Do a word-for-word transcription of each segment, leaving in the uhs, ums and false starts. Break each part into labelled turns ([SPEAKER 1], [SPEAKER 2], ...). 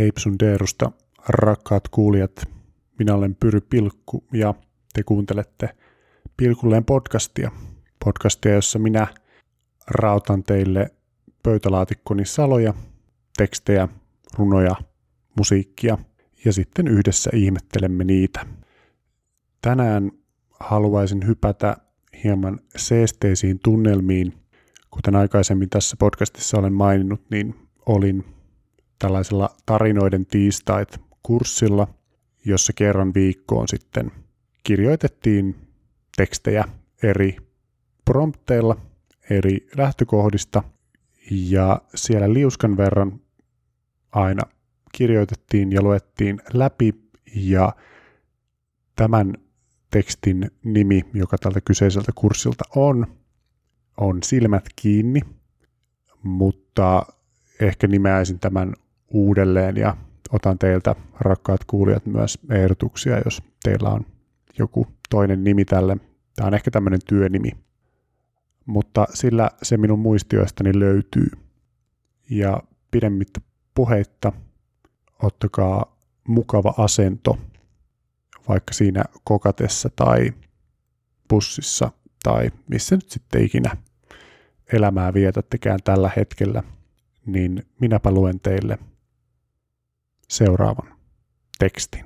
[SPEAKER 1] Heipsun Deerusta, rakkaat kuulijat. Minä olen Pyry Pilkku ja te kuuntelette Pilkulleen podcastia. Podcastia, jossa minä raotan teille pöytälaatikkoni saloja, tekstejä, runoja, musiikkia ja sitten yhdessä ihmettelemme niitä. Tänään haluaisin hypätä hieman seesteisiin tunnelmiin. Kuten aikaisemmin tässä podcastissa olen maininnut, niin olin tällaisella tarinoiden tiistait kurssilla, jossa kerran viikkoon sitten kirjoitettiin tekstejä eri prompteilla, eri lähtökohdista, ja siellä liuskan verran aina kirjoitettiin ja luettiin läpi, ja tämän tekstin nimi, joka tältä kyseiseltä kurssilta on, on Silmät kiinni, mutta ehkä nimeäisin tämän uudelleen ja otan teiltä, rakkaat kuulijat, myös ehdotuksia, jos teillä on joku toinen nimi tälle. Tämä on ehkä tämmöinen työnimi, mutta sillä se minun muistioistani löytyy. Ja pidemmittä puheitta, ottakaa mukava asento, vaikka siinä kokatessa tai bussissa tai missä nyt sitten ikinä elämää vietättekään tällä hetkellä, niin minäpä luen teille seuraavan tekstin.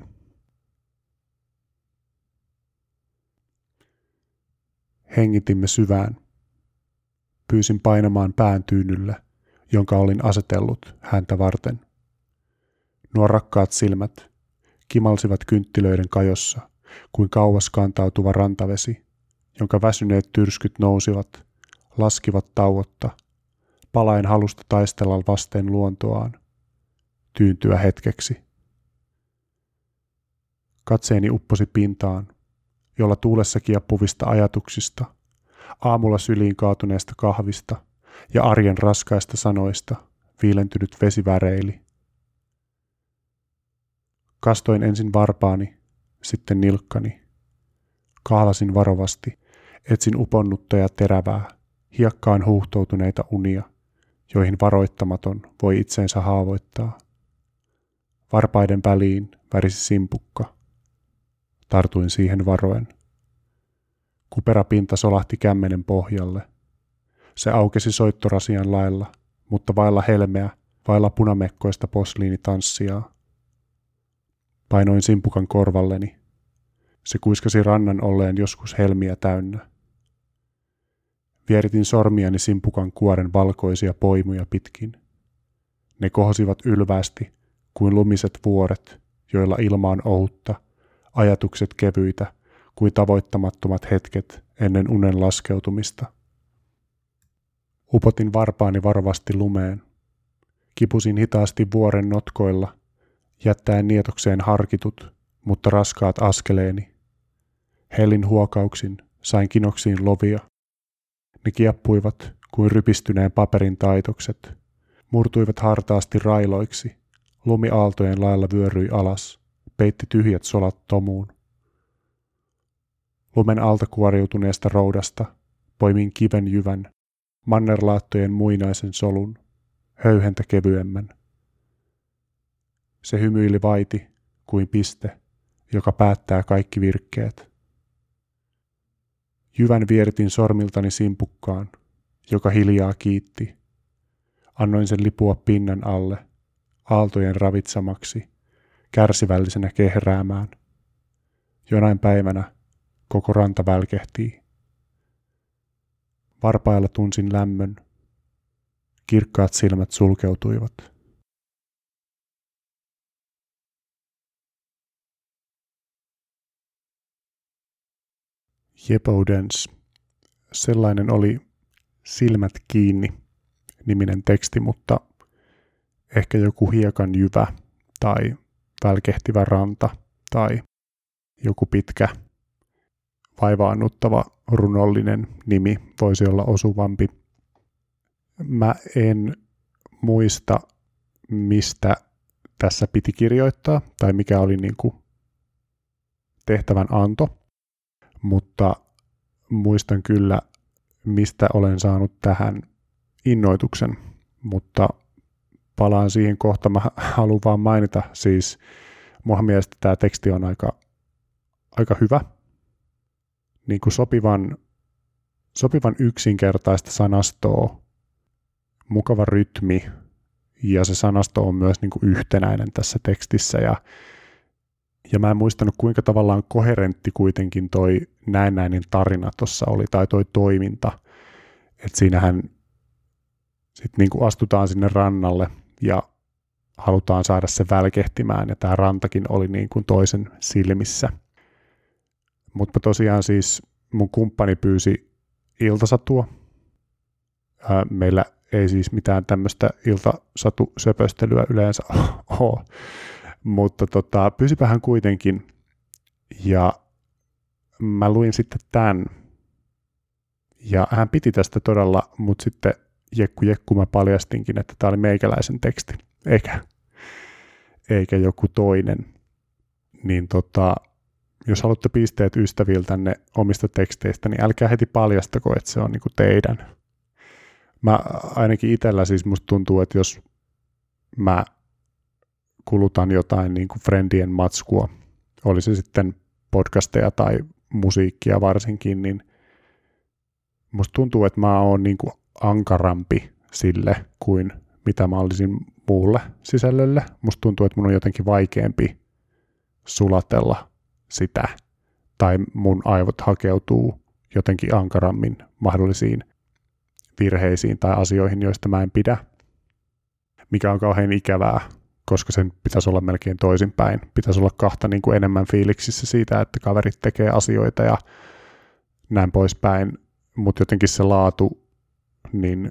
[SPEAKER 1] Hengitimme syvään. Pyysin painamaan pään tyynyllä, jonka olin asetellut häntä varten. Nuo rakkaat silmät kimalsivat kynttilöiden kajossa kuin kauas kantautuva rantavesi, jonka väsyneet tyrskyt nousivat, laskivat tauotta, palaen halusta taistella vasten luontoaan, tyyntyä hetkeksi. Katseeni upposi pintaan, jolla tuulessa kieppuvista ajatuksista, aamulla syliin kaatuneesta kahvista ja arjen raskaista sanoista viilentynyt vesi väreili. Kastoin ensin varpaani, sitten nilkkani. Kahlasin varovasti, etsin uponnutta ja terävää, hiekkaan huuhtoutuneita unia, joihin varoittamaton voi itseensä haavoittaa. Varpaiden väliin värisi simpukka. Tartuin siihen varoen. Kuperapinta solahti kämmenen pohjalle. Se aukesi soittorasian lailla, mutta vailla helmeä, vailla punamekkoista posliinitanssijaa. Painoin simpukan korvalleni. Se kuiskasi rannan olleen joskus helmiä täynnä. Vieritin sormiani simpukan kuoren valkoisia poimuja pitkin. Ne kohosivat ylvästi kuin lumiset vuoret, joilla ilma on ohutta, ajatukset kevyitä kuin tavoittamattomat hetket ennen unen laskeutumista. Upotin varpaani varovasti lumeen. Kipusin hitaasti vuoren notkoilla, jättäen nietokseen harkitut, mutta raskaat askeleeni. Hellin huokauksin sain kinoksiin lovia. Ne kieppuivat kuin rypistyneen paperin taitokset, murtuivat hartaasti railoiksi, lumi aaltojen lailla vyöryi alas, peitti tyhjät solat tomuun. Lumen alta kuoriutuneesta roudasta poimin kiven jyvän, mannerlaattojen muinaisen solun, höyhentä kevyemmän. Se hymyili vaiti kuin piste, joka päättää kaikki virkkeet. Jyvän vieritin sormiltani simpukkaan, joka hiljaa kiitti. Annoin sen lipua pinnan alle, aaltojen ravitsamaksi, kärsivällisenä kehräämään. Jonain päivänä koko ranta välkehtii. Varpailla tunsin lämmön. Kirkkaat silmät sulkeutuivat. Jepoudens. Sellainen oli Silmät kiinni -niminen teksti, mutta ehkä joku hiekan jyvä tai välkehtivä ranta tai joku pitkä vaivaannuttava runollinen nimi voisi olla osuvampi. Mä en muista, mistä tässä piti kirjoittaa tai mikä oli niin kuin tehtävän anto, mutta muistan kyllä, mistä olen saanut tähän innoituksen, mutta palaan siihen kohta. Mä haluan vaan mainita, siis mun mielestä tämä teksti on aika, aika hyvä. Niin kuin sopivan, sopivan yksinkertaista sanastoa, mukava rytmi, ja se sanasto on myös niin kuin yhtenäinen tässä tekstissä. Ja, ja mä en muistanut, kuinka tavallaan koherentti kuitenkin toi näennäinen tarina tuossa oli, tai toi toiminta. Että siinähän sitten niin kuin astutaan sinne rannalle, ja halutaan saada se välkehtimään, ja tämä rantakin oli niin kuin toisen silmissä. Mutta tosiaan siis mun kumppani pyysi iltasatua. Ää, meillä ei siis mitään tämmöistä iltasatusöpöstelyä yleensä ole, mutta tota, pyysipä hän kuitenkin, ja mä luin sitten tämän, ja hän piti tästä todella, mutta sitten jekku jekku mä paljastinkin, että tämä oli meikäläisen teksti, eikä, eikä joku toinen. Niin tota, jos haluatte pisteet ystäviltänne omista teksteistä, niin älkää heti paljastako, että se on niinku teidän. Mä ainakin itsellä siis musta tuntuu, että jos mä kulutan jotain niinku friendien matskua, oli se sitten podcasteja tai musiikkia varsinkin, niin musta tuntuu, että mä oon niinku ankarampi sille kuin mitä mä olisin muulle sisällölle. Musta tuntuu, että mun on jotenkin vaikeampi sulatella sitä, tai mun aivot hakeutuu jotenkin ankarammin mahdollisiin virheisiin tai asioihin, joista mä en pidä, mikä on kauhean ikävää, koska sen pitäisi olla melkein toisinpäin. Pitäisi olla kahta niin kuin enemmän fiiliksissä siitä, että kaverit tekee asioita ja näin poispäin, mutta jotenkin se laatu, niin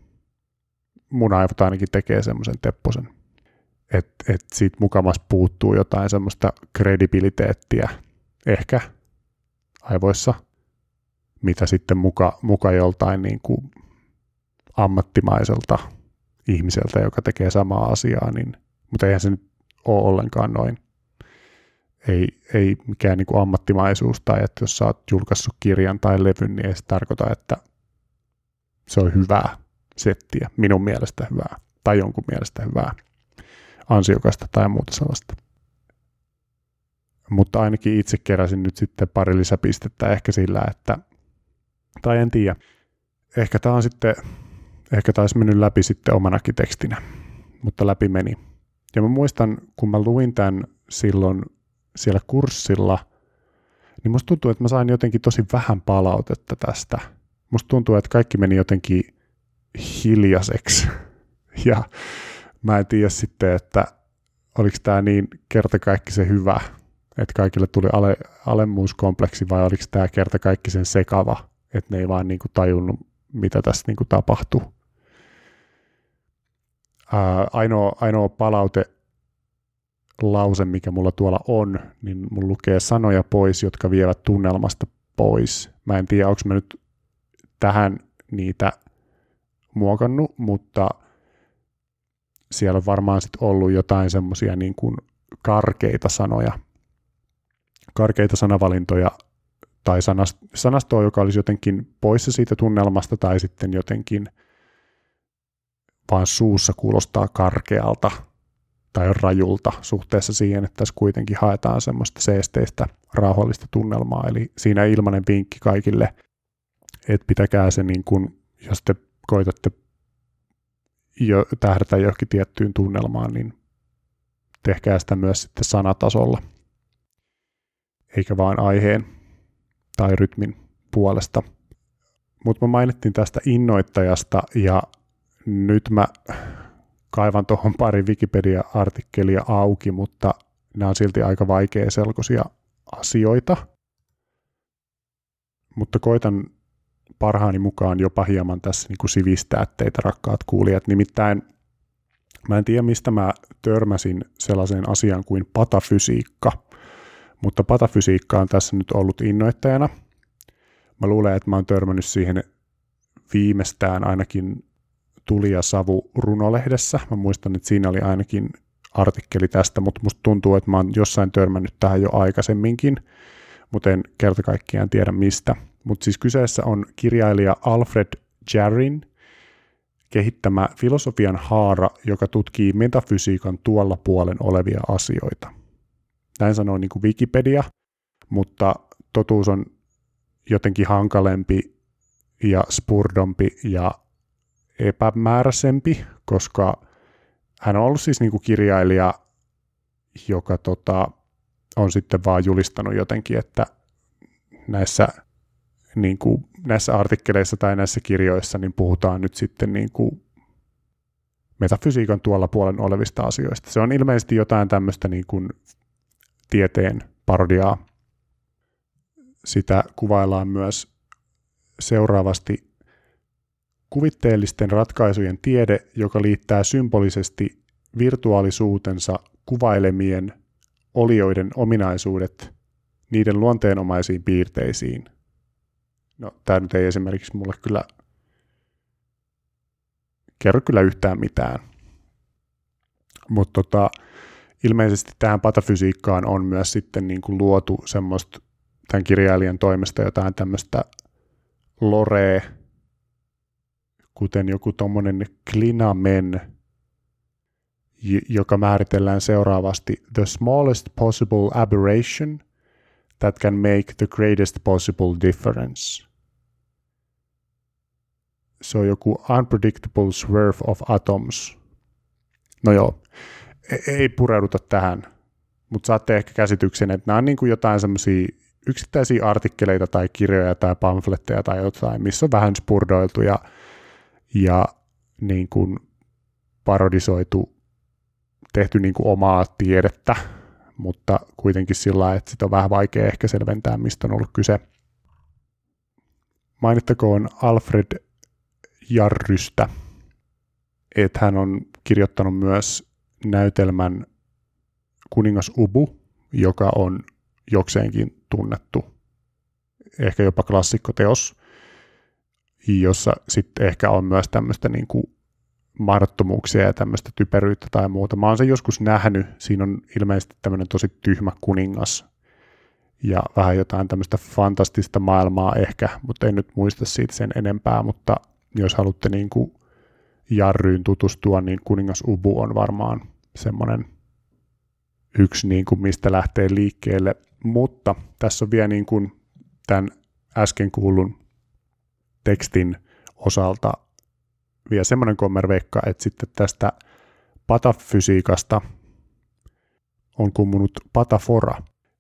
[SPEAKER 1] mun aivot ainakin tekee semmoisen tepposen, että et siitä mukamas puuttuu jotain semmoista kredibiliteettiä ehkä aivoissa, mitä sitten muka, muka joltain niin kuin ammattimaiselta ihmiseltä, joka tekee samaa asiaa, niin, mutta eihän se nyt ole ollenkaan noin. Ei, ei mikään niin kuin ammattimaisuus tai että jos sä oot julkaissut kirjan tai levyn, niin ei se tarkoita, että se on hyvää settiä, minun mielestä hyvää tai jonkun mielestä hyvää, ansiokasta tai muuta sellaista. Mutta ainakin itse keräsin nyt sitten pari lisäpistettä ehkä sillä, että, tai en tiedä, ehkä tämä on sitten, ehkä tämä olisi mennyt läpi sitten omanakin tekstinä, mutta läpi meni. Ja mä muistan, kun mä luin tämän silloin siellä kurssilla, niin musta tuntuu, että mä sain jotenkin tosi vähän palautetta tästä. Musta tuntuu, että kaikki meni jotenkin hiljaiseksi. Ja mä en tiedä sitten, että oliko tämä niin kertakaikkisen hyvä, että kaikille tuli ale, alemmuuskompleksi, vai oliko tämä kertakaikkisen sekava, että ne ei vaan niinku tajunnut, mitä tässä niinku tapahtui. Ää, ainoa, ainoa palaute lause, mikä mulla tuolla on, niin mulla lukee sanoja pois, jotka vievät tunnelmasta pois. Mä en tiedä, onko mä nyt tähän niitä muokannut, mutta siellä on varmaan sit ollut jotain semmoisia niin kuin karkeita sanoja, karkeita sanavalintoja tai sanastoa, joka olisi jotenkin poissa siitä tunnelmasta tai sitten jotenkin vaan suussa kuulostaa karkealta tai rajulta suhteessa siihen, että tässä kuitenkin haetaan semmoista seesteistä, rauhallista tunnelmaa. Eli siinä ilmainen vinkki kaikille, että pitäkää se niin kuin, jos te koitatte jo tähdätä johonkin tiettyyn tunnelmaan, niin tehkää sitä myös sitten sanatasolla, eikä vaan aiheen tai rytmin puolesta. Mutta mä mainittiin tästä innoittajasta, ja nyt mä kaivan tuohon pari Wikipedia-artikkelia auki, mutta nämä on silti aika vaikeaselkoisia asioita. Mutta koitan parhaani mukaan jopa hieman tässä niin kuin sivistää teitä, rakkaat kuulijat. Nimittäin mä en tiedä, mistä mä törmäsin sellaiseen asiaan kuin patafysiikka, mutta patafysiikka on tässä nyt ollut innoittajana. Mä luulen, että mä oon törmännyt siihen viimeistään ainakin Tuli ja Savu runolehdessä. Mä muistan, että siinä oli ainakin artikkeli tästä, mutta musta tuntuu, että mä oon jossain törmännyt tähän jo aikaisemminkin, mutta en kerta kaikkiaan tiedä mistä. Mutta siis kyseessä on kirjailija Alfred Jarrin kehittämä filosofian haara, joka tutkii metafysiikan tuolla puolen olevia asioita. Näin sanoo niin kuin Wikipedia, mutta totuus on jotenkin hankalempi ja spurdompi ja epämääräisempi, koska hän on ollut siis niin kuin kirjailija, joka tota, on sitten vaan julistanut jotenkin, että näissä, niin kuin, näissä artikkeleissa tai näissä kirjoissa niin puhutaan nyt sitten niin kuin metafysiikan tuolla puolen olevista asioista. Se on ilmeisesti jotain tämmöistä niin kuin tieteen parodiaa. Sitä kuvaillaan myös seuraavasti: kuvitteellisten ratkaisujen tiede, joka liittää symbolisesti virtuaalisuutensa kuvailemien olioiden ominaisuudet niiden luonteenomaisiin piirteisiin. No, tämä nyt ei esimerkiksi mulle kyllä kerro kyllä yhtään mitään. Mutta tota, ilmeisesti tähän patafysiikkaan on myös sitten niin kuin luotu semmoista tämän kirjailijan toimesta jotain tämmöistä lorea, kuten joku tommonen klinamen, joka määritellään seuraavasti: the smallest possible aberration that can make the greatest possible difference. Se on joku unpredictable swerve of atoms. No joo, ei pureuduta tähän, mutta saatte ehkä käsityksen, että nämä on niin kuin jotain semmoisia yksittäisiä artikkeleita tai kirjoja tai pamfletteja tai jotain, missä on vähän spurdoiltu ja, ja niin kuin parodisoitu, tehty niin kuin omaa tiedettä, mutta kuitenkin sillä lailla, että sitä on vähän vaikea ehkä selventää, mistä on ollut kyse. Mainittakoon Alfred Jarrystä, että hän on kirjoittanut myös näytelmän Kuningas Ubu, joka on jokseenkin tunnettu, ehkä jopa klassikkoteos, jossa sitten ehkä on myös tämmöistä niin kuin mahdottomuuksia ja tämmöistä typeryyttä tai muuta. Mä oon sen joskus nähnyt, siinä on ilmeisesti tämmöinen tosi tyhmä kuningas ja vähän jotain tämmöistä fantastista maailmaa ehkä, mutta en nyt muista siitä sen enempää, mutta jos haluatte niin kuin Jarryyn tutustua, niin Kuningas Ubu on varmaan semmoinen yksi, niin kuin mistä lähtee liikkeelle, mutta tässä on vielä niin kuin tämän äsken kuullun tekstin osalta vielä semmoinen kommerveikka, että sitten tästä patafysiikasta on kummunut patafora.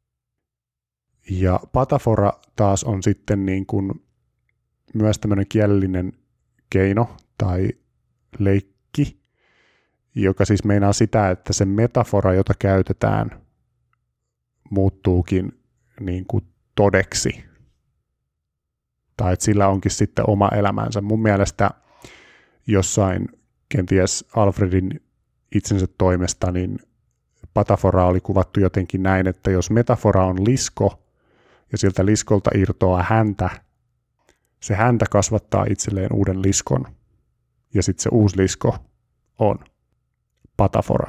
[SPEAKER 1] Ja patafora taas on sitten niin kuin myös tämmöinen kielellinen keino tai leikki, joka siis meinaa sitä, että se metafora, jota käytetään, muuttuukin niin kuin todeksi. Tai että sillä onkin sitten oma elämänsä. Mun mielestä jossain kenties Alfredin itsensä toimesta, niin patafora oli kuvattu jotenkin näin, että jos metafora on lisko ja siltä liskolta irtoaa häntä, se häntä kasvattaa itselleen uuden liskon ja sitten se uusi lisko on patafora.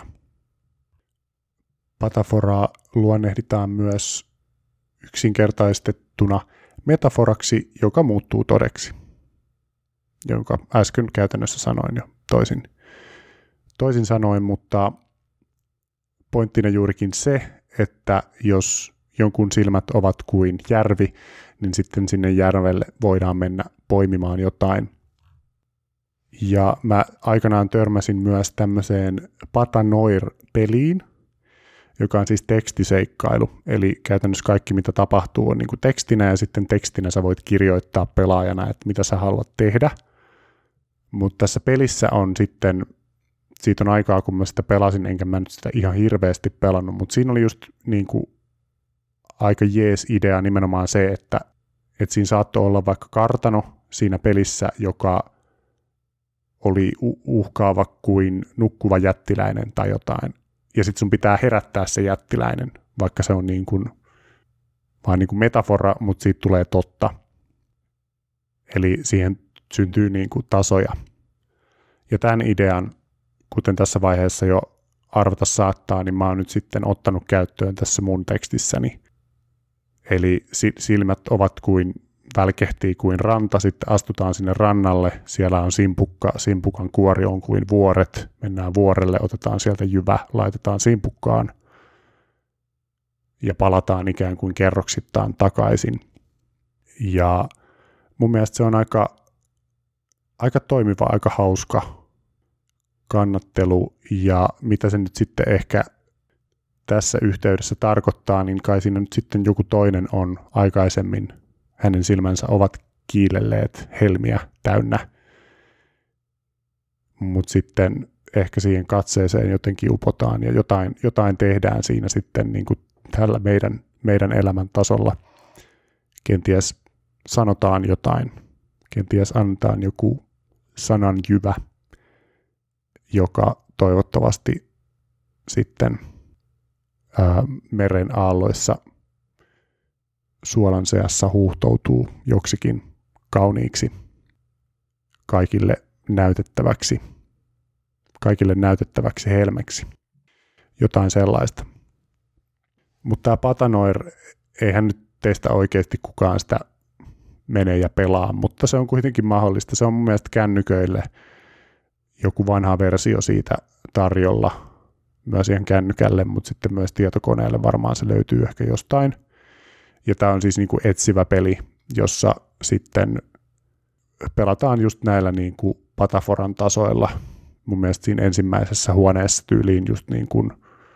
[SPEAKER 1] Pataforaa luonnehditaan myös yksinkertaistettuna metaforaksi, joka muuttuu todeksi, jonka äsken käytännössä sanoin jo toisin, toisin sanoen, mutta pointtina juurikin se, että jos jonkun silmät ovat kuin järvi, niin sitten sinne järvelle voidaan mennä poimimaan jotain. Ja mä aikanaan törmäsin myös tämmöiseen Patanoir-peliin, joka on siis tekstiseikkailu, eli käytännössä kaikki mitä tapahtuu on niin kuin tekstinä ja sitten tekstinä sä voit kirjoittaa pelaajana, että mitä sä haluat tehdä. Mutta tässä pelissä on sitten, siitä on aikaa kun mä sitä pelasin, enkä mä nyt sitä ihan hirveästi pelannut, mutta siinä oli just niin kuin aika jees idea nimenomaan se, että, että siinä saattoi olla vaikka kartano siinä pelissä, joka oli uhkaava kuin nukkuva jättiläinen tai jotain. Ja sitten sun pitää herättää se jättiläinen, vaikka se on niin kuin, vaan niin kuin metafora, mutta siitä tulee totta. Eli siihen syntyy niin kuin tasoja. Ja tämän idean, kuten tässä vaiheessa jo arvata saattaa, niin mä oon nyt sitten ottanut käyttöön tässä mun tekstissäni. Eli silmät ovat kuin välkehtii kuin ranta, sitten astutaan sinne rannalle, siellä on simpukka, simpukan kuori on kuin vuoret, mennään vuorelle, otetaan sieltä jyvä, laitetaan simpukkaan ja palataan ikään kuin kerroksittain takaisin. Ja mun mielestä se on aika, aika toimiva, aika hauska kannattelu, ja mitä se nyt sitten ehkä tässä yhteydessä tarkoittaa, niin kai siinä nyt sitten joku toinen on aikaisemmin, hänen silmänsä ovat kiilelleet helmiä täynnä, mutta sitten ehkä siihen katseeseen jotenkin upotaan ja jotain, jotain tehdään siinä sitten niin kuin tällä meidän, meidän elämän tasolla. Kenties sanotaan jotain, kenties annetaan joku sanan jyvä, joka toivottavasti sitten ää, meren aalloissa suolan seassa huuhtoutuu joksikin kauniiksi kaikille näytettäväksi, kaikille näytettäväksi helmeksi. Jotain sellaista. Mutta tämä Patanoir, eihän nyt teistä oikeasti kukaan sitä mene ja pelaa, mutta se on kuitenkin mahdollista. Se on mun mielestä kännyköille joku vanha versio siitä tarjolla myös ihan kännykälle, mutta sitten myös tietokoneelle varmaan se löytyy ehkä jostain. Ja tämä on siis niin kuin etsivä peli, jossa sitten pelataan just näillä niin kuin Pataforan tasoilla. Mun mielestä siinä ensimmäisessä huoneessa tyyliin just niin kuin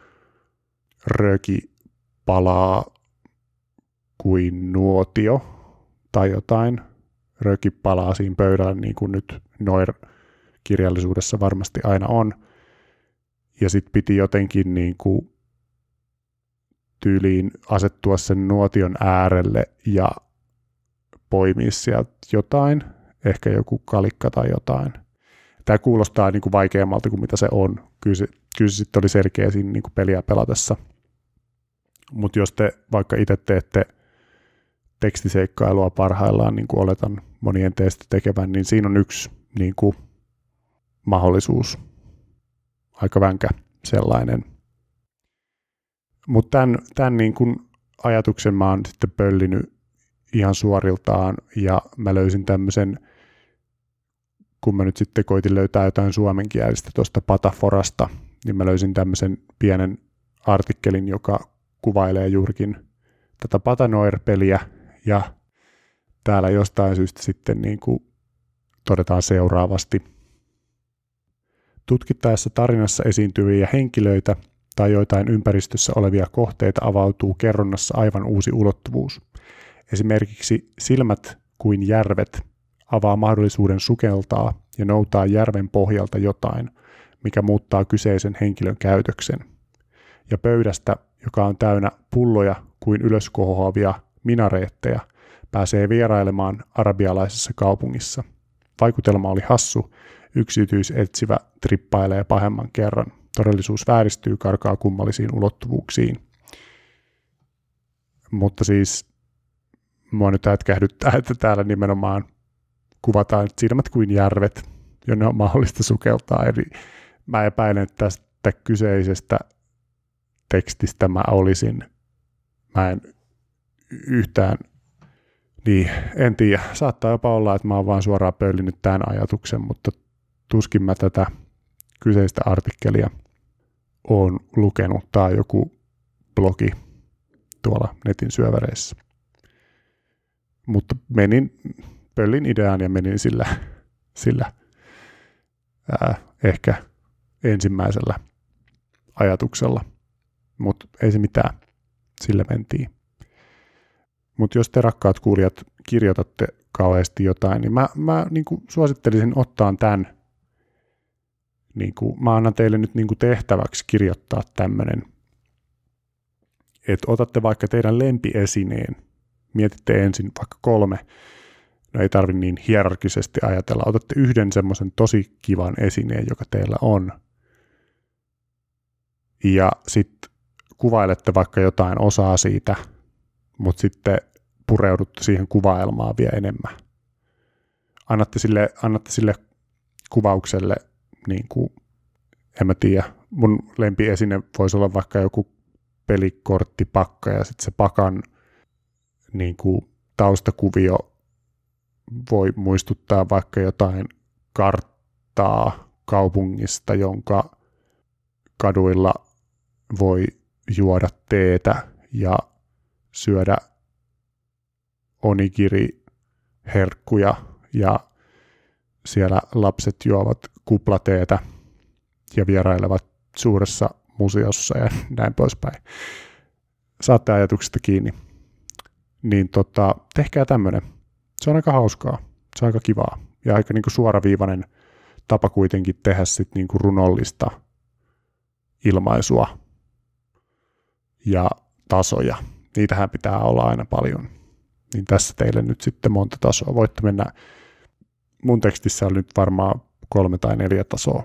[SPEAKER 1] röki palaa kuin nuotio tai jotain. Röki palaa siinä pöydällä niin kuin nyt Noir-kirjallisuudessa varmasti aina on. Ja sitten piti jotenkin niin kuin tyyliin asettua sen nuotion äärelle ja poimia sieltä jotain, ehkä joku kalikka tai jotain. Tämä kuulostaa niin kuin vaikeammalta kuin mitä se on. Kyllä se, kyllä se sitten oli selkeä siinä niin kuin peliä pelatessa. Mutta jos te vaikka itse teette tekstiseikkailua parhaillaan, niin kuin oletan monien teistä tekevän, niin siinä on yksi niin kuin mahdollisuus. Aika vänkä sellainen. Mutta tämän, tämän niin kuin ajatuksen mä oon sitten pöllinyt ihan suoriltaan, ja mä löysin tämmöisen, kun mä nyt sitten koitin löytää jotain suomenkielistä tuosta Pataforasta, niin mä löysin tämmöisen pienen artikkelin, joka kuvailee juurikin tätä Patanoir-peliä, ja täällä jostain syystä sitten niin kuin todetaan seuraavasti. Tutkittaessa tarinassa esiintyviä henkilöitä tai joitain ympäristössä olevia kohteita avautuu kerronnassa aivan uusi ulottuvuus. Esimerkiksi silmät kuin järvet avaa mahdollisuuden sukeltaa ja noutaa järven pohjalta jotain, mikä muuttaa kyseisen henkilön käytöksen. Ja pöydästä, joka on täynnä pulloja kuin ylöskohoavia minareetteja, pääsee vierailemaan arabialaisessa kaupungissa. Vaikutelma oli hassu, yksityisetsivä trippailee pahemman kerran. Todellisuus vääristyy, karkaa kummallisiin ulottuvuuksiin. Mutta siis mua nyt hätkähdyttää, että täällä nimenomaan kuvataan silmät kuin järvet, jonne on mahdollista sukeltaa. Eli mä epäilen, että tästä kyseisestä tekstistä mä olisin, mä en yhtään, niin en tiedä. Saattaa jopa olla, että mä oon vaan suoraan pöllinyt tämän ajatuksen, mutta tuskin mä tätä kyseistä artikkelia oon lukenut tai joku blogi tuolla netin syövereissä. Mutta menin, pöllin ideaan ja menin sillä, sillä ää, ehkä ensimmäisellä ajatuksella. Mutta ei se mitään, sillä mentiin. Mutta jos te rakkaat kuulijat kirjoitatte kauheasti jotain, niin mä, mä niin kuin suosittelisin ottaa tämän. Niin kuin, mä annan teille nyt niin kuin tehtäväksi kirjoittaa tämmöinen, että otatte vaikka teidän lempiesineen, mietitte ensin vaikka kolme, no ei tarvitse niin hierarkisesti ajatella, otatte yhden semmoisen tosi kivan esineen, joka teillä on, ja sitten kuvailette vaikka jotain osaa siitä, mutta sitten pureudutte siihen kuvaelmaan vielä enemmän. Annatte sille, annatte sille kuvaukselle, niin kuin, en mä tiedä, mun lempiesine voisi olla vaikka joku pelikorttipakka, ja sitten se pakan niin kuin taustakuvio voi muistuttaa vaikka jotain karttaa kaupungista, jonka kaduilla voi juoda teetä ja syödä onigiri-herkkuja ja siellä lapset juovat kuplateetä ja vierailevat suuressa museossa ja näin poispäin. Saatte ajatuksesta kiinni. Niin tota, tehkää tämmönen. Se on aika hauskaa. Se on aika kivaa. Ja aika niinku suoraviivainen tapa kuitenkin tehdä sit niinku runollista ilmaisua ja tasoja. Niitähän pitää olla aina paljon. Niin tässä teille nyt sitten monta tasoa. Voitte mennä, mun tekstissä on nyt varmaan kolme tai neljä tasoa.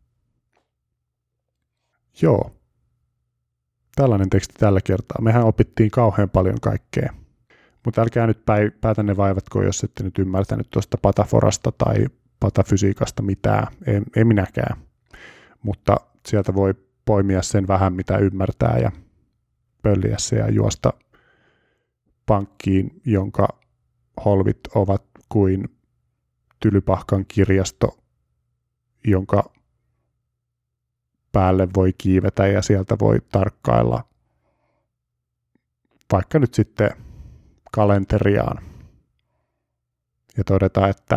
[SPEAKER 1] Joo. Tällainen teksti tällä kertaa. Mehän opittiin kauhean paljon kaikkea. Mutta älkää nyt päätänne vaivatko, jos ette nyt ymmärtänyt tuosta pataforasta tai patafysiikasta mitään. En, en minäkään. Mutta sieltä voi poimia sen vähän, mitä ymmärtää ja pölliä se ja juosta pankkiin, jonka holvit ovat kuin Tylypahkan kirjasto, jonka päälle voi kiivetä ja sieltä voi tarkkailla vaikka nyt sitten kalenteriaan ja todeta, että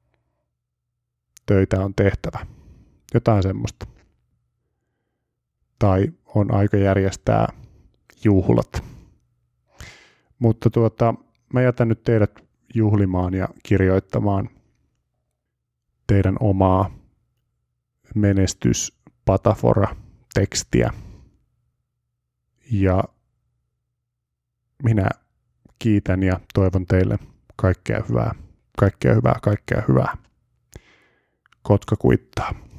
[SPEAKER 1] töitä on tehtävä. Jotain semmoista. Tai on aika järjestää juhlat. Mutta tuota, mä jätän nyt teidät juhlimaan ja kirjoittamaan teidän omaa menestyspatafora-tekstiä. Ja minä kiitän ja toivon teille kaikkea hyvää, kaikkea hyvää, kaikkea hyvää. Kotka kuittaa.